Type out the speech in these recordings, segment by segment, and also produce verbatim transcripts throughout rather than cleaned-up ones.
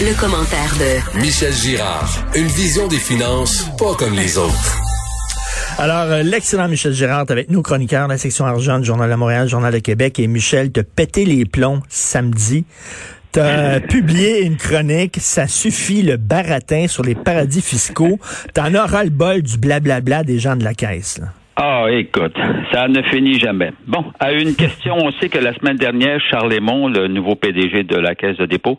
Le commentaire de Michel Girard. Une vision des finances pas comme les autres. Alors, euh, l'excellent Michel Girard est avec nous, chroniqueur de la section argent du Journal de Montréal, Journal de Québec. Et Michel, t'as pété les plombs samedi. T'as publié une chronique, ça suffit, le baratin sur les paradis fiscaux. T'en as ras-le-bol du blablabla des gens de la caisse, là. Ah, écoute, ça ne finit jamais. Bon, à une question, on sait que la semaine dernière, Charles Lemont, le nouveau P D G de la Caisse de dépôt,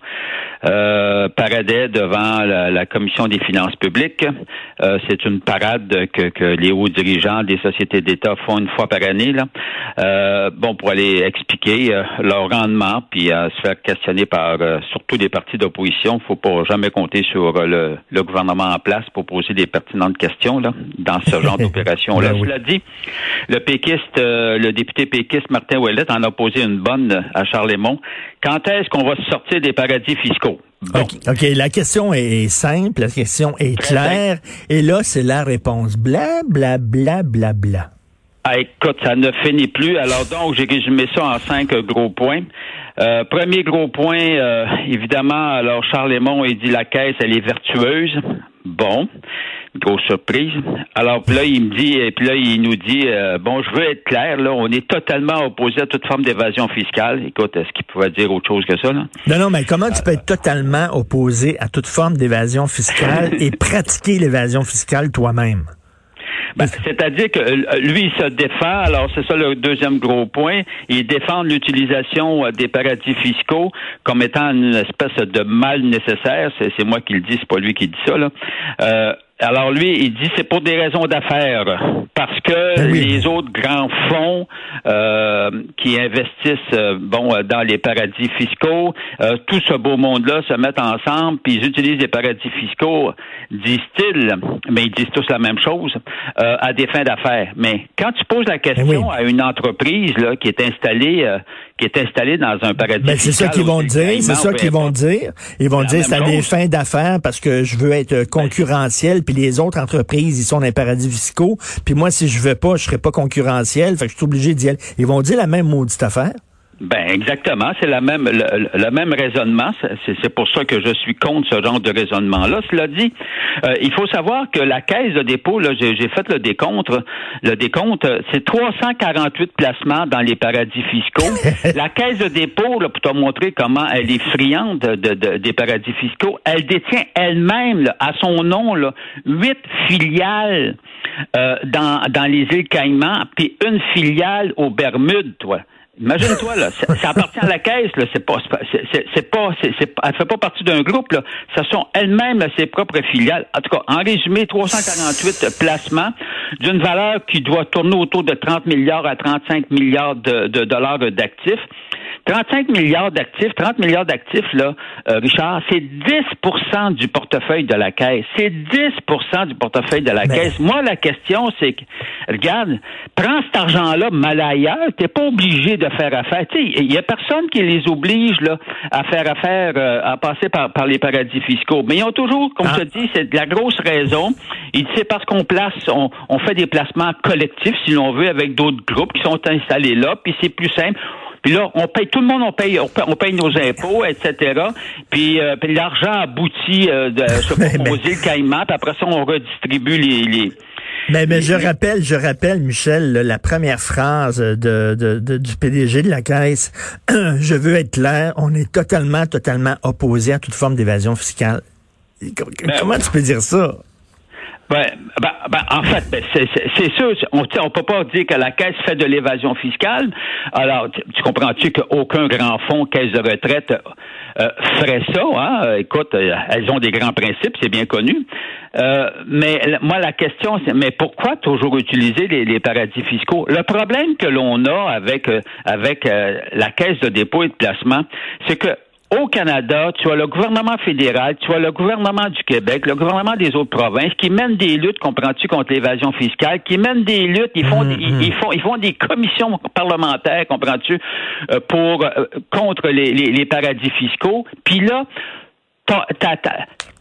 euh, paradait devant la, la Commission des finances publiques. Euh, c'est une parade que, que les hauts dirigeants des sociétés d'État font une fois par année, là. Euh, bon, pour aller expliquer euh, leur rendement, puis euh, se faire questionner par euh, surtout des partis d'opposition. Faut pas jamais compter sur euh, le, le gouvernement en place pour poser des pertinentes questions, là, dans ce genre d'opération-là. Ben oui. Cela dit, le péquiste, euh, le député péquiste Martin Ouellet en a posé une bonne à Charles Lemont. Quand est-ce qu'on va se sortir des paradis fiscaux? Bon. OK, OK, la question est simple, la question est Très claire, et là, c'est la réponse. Bla, bla, bla, bla, bla. Ah, écoute, ça ne finit plus. Alors donc, j'ai résumé ça en cinq gros points. Euh, premier gros point, euh, évidemment, alors Charles Lemont, il dit la caisse, elle est vertueuse. Bon, grosse surprise. Alors puis là, il me dit, et puis là, il nous dit, euh, bon, je veux être clair, là, on est totalement opposé à toute forme d'évasion fiscale. Écoute, est-ce qu'il pouvait dire autre chose que ça, là? Non, non, mais comment tu peux être totalement opposé à toute forme d'évasion fiscale et pratiquer l'évasion fiscale toi-même? Ben, c'est-à-dire que lui, il se défend. Alors, c'est ça le deuxième gros point. Il défend l'utilisation des paradis fiscaux comme étant une espèce de mal nécessaire. C'est, c'est moi qui le dis, c'est pas lui qui dit ça, là. Euh, Alors lui, il dit c'est pour des raisons d'affaires, parce que ben oui. les autres grands fonds euh, qui investissent euh, bon dans les paradis fiscaux, euh, tout ce beau monde-là se mettent ensemble, puis ils utilisent les paradis fiscaux, disent-ils, mais ils disent tous la même chose, euh, à des fins d'affaires. Mais quand tu poses la question ben oui. à une entreprise là qui est installée, euh, qui est installée dans un paradis ben, fiscal, c'est ça qu'ils vont dire, c'est ça qu'ils vont dire. Ils vont dire c'est à des fins d'affaires parce que je veux être concurrentiel. Ben, puis les autres entreprises, ils sont dans les paradis fiscaux. Puis moi, si je veux pas, je serai pas concurrentiel. Fait que je suis obligé d'y aller. Ils vont dire la même maudite affaire. Ben exactement, c'est la même le, le même raisonnement. C'est, c'est pour ça que je suis contre ce genre de raisonnement-là. Cela dit, euh, il faut savoir que la caisse de dépôt, là, j'ai, j'ai fait le décompte. Le décompte, c'est trois cent quarante-huit placements dans les paradis fiscaux. La caisse de dépôt, là, pour te montrer comment elle est friande de, de, des paradis fiscaux, elle détient elle-même, là, à son nom, là, huit filiales euh, dans dans les îles Caïmans, puis une filiale aux Bermudes, toi. Imagine-toi, là, ça, ça appartient à la caisse, là, c'est pas, c'est, c'est, c'est pas, c'est, c'est, elle fait pas partie d'un groupe, là. Ce sont elles-mêmes, là, ses propres filiales. En tout cas, en résumé, trois cent quarante-huit placements d'une valeur qui doit tourner autour de trente milliards à trente-cinq milliards de, de dollars d'actifs. trente-cinq milliards d'actifs, trente milliards d'actifs, là, euh, Richard, c'est dix pour cent du portefeuille de la caisse. C'est dix pour cent du portefeuille de la Mais... caisse. Moi, la question, c'est que, regarde, prends cet argent-là, mal ailleurs, t'es pas obligé de faire affaire. Tu sais, il y a personne qui les oblige, là, à faire affaire, euh, à passer par, par les paradis fiscaux. Mais ils ont toujours, comme ah. je te dis, c'est de la grosse raison. Il dit, c'est parce qu'on place, on, on fait des placements collectifs, si l'on veut, avec d'autres groupes qui sont installés là, puis c'est plus simple. Puis là, on paye, tout le monde, on paye, on paye, on paye nos impôts, et cetera. Puis, euh, puis l'argent aboutit euh, de, je sais pas, aux îles Caïmans, puis après ça, on redistribue les... les mais, mais je rappelle, je rappelle, Michel, la première phrase de, de, de du P D G de la Caisse. Je veux être clair, on est totalement, totalement opposé à toute forme d'évasion fiscale. Ben, comment tu peux dire ça? Ben, ben, ben, en fait, ben, c'est, c'est, c'est sûr, on ne peut pas dire que la Caisse fait de l'évasion fiscale. Alors, tu, tu comprends-tu qu'aucun grand fonds, caisse de retraite, euh, ferait ça? Hein? Écoute, elles ont des grands principes, c'est bien connu. Euh, mais moi, la question, c'est, mais pourquoi toujours utiliser les, les paradis fiscaux? Le problème que l'on a avec, avec euh, la Caisse de dépôt et de placement, c'est que au Canada, tu as le gouvernement fédéral, tu as le gouvernement du Québec, le gouvernement des autres provinces qui mènent des luttes, comprends-tu, contre l'évasion fiscale, qui mènent des luttes, ils font, mmh, ils, ils font, ils font des commissions parlementaires, comprends-tu, euh, pour euh, contre les, les, les paradis fiscaux. Puis là, t'as, t'as, t'as,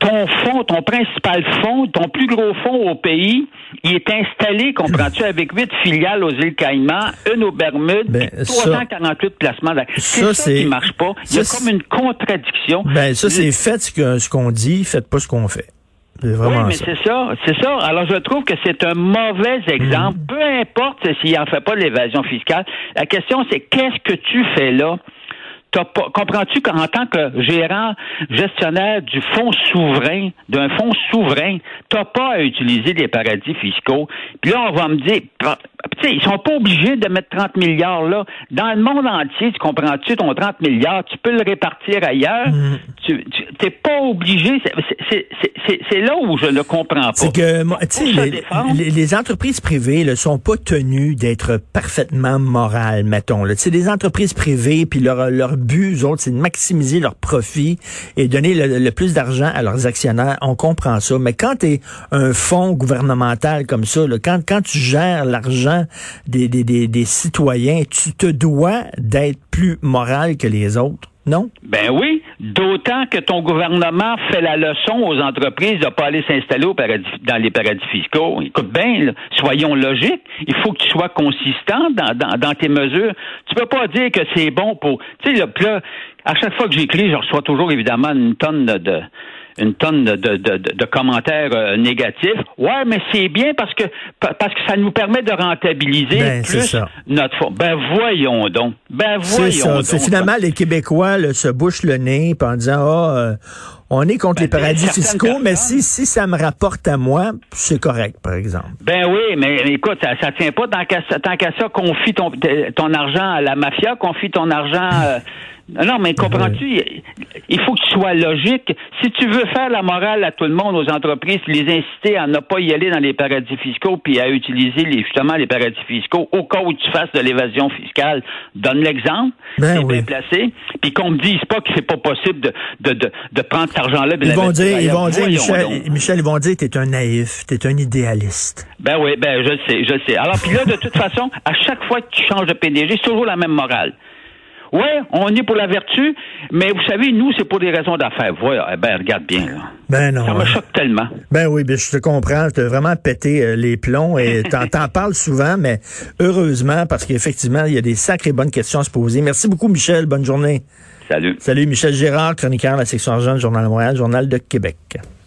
ton fonds, ton principal fonds, ton plus gros fonds au pays, il est installé, comprends-tu, avec huit filiales aux îles Caïmans, une aux Bermudes, ben, trois cent quarante-huit placements d'actifs. C'est ça, ça qui marche pas. Il y a ça, comme une contradiction. Ben, ça, c'est faites ce que, ce qu'on dit, faites pas ce qu'on fait. C'est vraiment oui, mais ça. c'est ça, c'est ça. Alors, je trouve que c'est un mauvais exemple. Mmh. Peu importe s'il en fait pas de l'évasion fiscale. La question, c'est qu'est-ce que tu fais là? T'as pas, comprends-tu qu'en tant que gérant, gestionnaire du fonds souverain, d'un fonds souverain, t'as pas à utiliser des paradis fiscaux. Puis là, on va me dire, tu sais, ils sont pas obligés de mettre trente milliards là. Dans le monde entier, tu comprends-tu, ton trente milliards, tu peux le répartir ailleurs. Mmh. Tu, tu t'es pas obligé. C'est, c'est, c'est, c'est, c'est là où je ne comprends pas. C'est que, tu sais, les, les, les entreprises privées ne sont pas tenues d'être parfaitement morales, mettons. Tu sais, les entreprises privées, puis leur, leur but, eux autres, c'est de maximiser leurs profits et donner le, le plus d'argent à leurs actionnaires. On comprend ça. Mais quand tu es un fonds gouvernemental comme ça, là, quand, quand tu gères l'argent des, des, des, des citoyens, tu te dois d'être plus moral que les autres. Non? Ben oui, d'autant que ton gouvernement fait la leçon aux entreprises de ne pas aller s'installer au paradis, dans les paradis fiscaux. Écoute bien, là, soyons logiques, il faut que tu sois consistant dans, dans, dans tes mesures. Tu peux pas dire que c'est bon pour... Tu sais, là, là, à chaque fois que j'écris, je reçois toujours évidemment une tonne de... de une tonne de, de, de, de commentaires euh, négatifs. Ouais, mais c'est bien parce que parce que ça nous permet de rentabiliser ben, plus notre fonds. Ben voyons donc. Ben voyons c'est ça. donc. C'est finalement les Québécois là, se bouchent le nez en disant ah, euh, on est contre ben, les paradis fiscaux, personnes. Mais si si ça me rapporte à moi, c'est correct, par exemple. Ben oui, mais écoute, ça, ça tient pas tant qu'à, tant qu'à ça, confie ton ton argent à la mafia, confie ton argent. Euh, Non, mais comprends-tu, il faut que tu sois logique. Si tu veux faire la morale à tout le monde, aux entreprises, les inciter à ne pas y aller dans les paradis fiscaux puis à utiliser les, justement les paradis fiscaux au cas où tu fasses de l'évasion fiscale, donne l'exemple, ben c'est oui. bien placé, puis qu'on me dise pas que c'est pas possible de, de, de, de prendre cet argent-là. Ils vont dire, ils vont dire, Michel, donc. Michel, ils vont dire, t'es un naïf, t'es un idéaliste. Ben oui, ben je le sais, je le sais. Alors puis là, de toute façon, à chaque fois que tu changes de P D G, c'est toujours la même morale. Oui, on est pour la vertu, mais vous savez, nous, c'est pour des raisons d'affaires. Voilà, eh ben, regarde bien, là. Ben non. Ça me choque tellement. Ben oui, ben je te comprends. Je t'ai vraiment pété euh, les plombs et t'en, t'en parles souvent, mais heureusement, parce qu'effectivement, il y a des sacrées bonnes questions à se poser. Merci beaucoup, Michel. Bonne journée. Salut. Salut, Michel Gérard, chroniqueur de la section argent du Journal de Montréal, Journal de Québec.